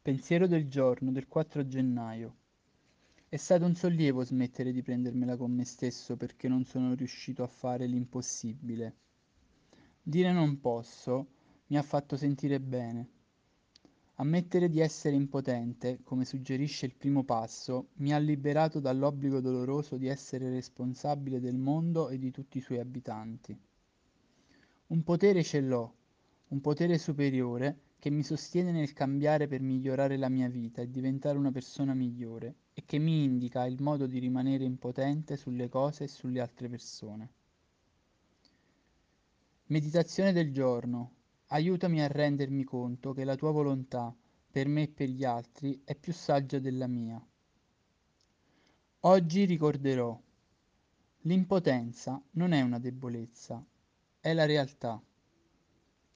Pensiero del giorno del 4 gennaio. È stato un sollievo smettere di prendermela con me stesso perché non sono riuscito a fare l'impossibile. Dire non posso mi ha fatto sentire bene. Ammettere di essere impotente, come suggerisce il primo passo, mi ha liberato dall'obbligo doloroso di essere responsabile del mondo e di tutti i suoi abitanti. Un potere ce l'ho, un potere superiore che mi sostiene nel cambiare per migliorare la mia vita e diventare una persona migliore e che mi indica il modo di rimanere impotente sulle cose e sulle altre persone. Meditazione del giorno. Aiutami a rendermi conto che la tua volontà, per me e per gli altri, è più saggia della mia. Oggi ricorderò: l'impotenza non è una debolezza, è la realtà.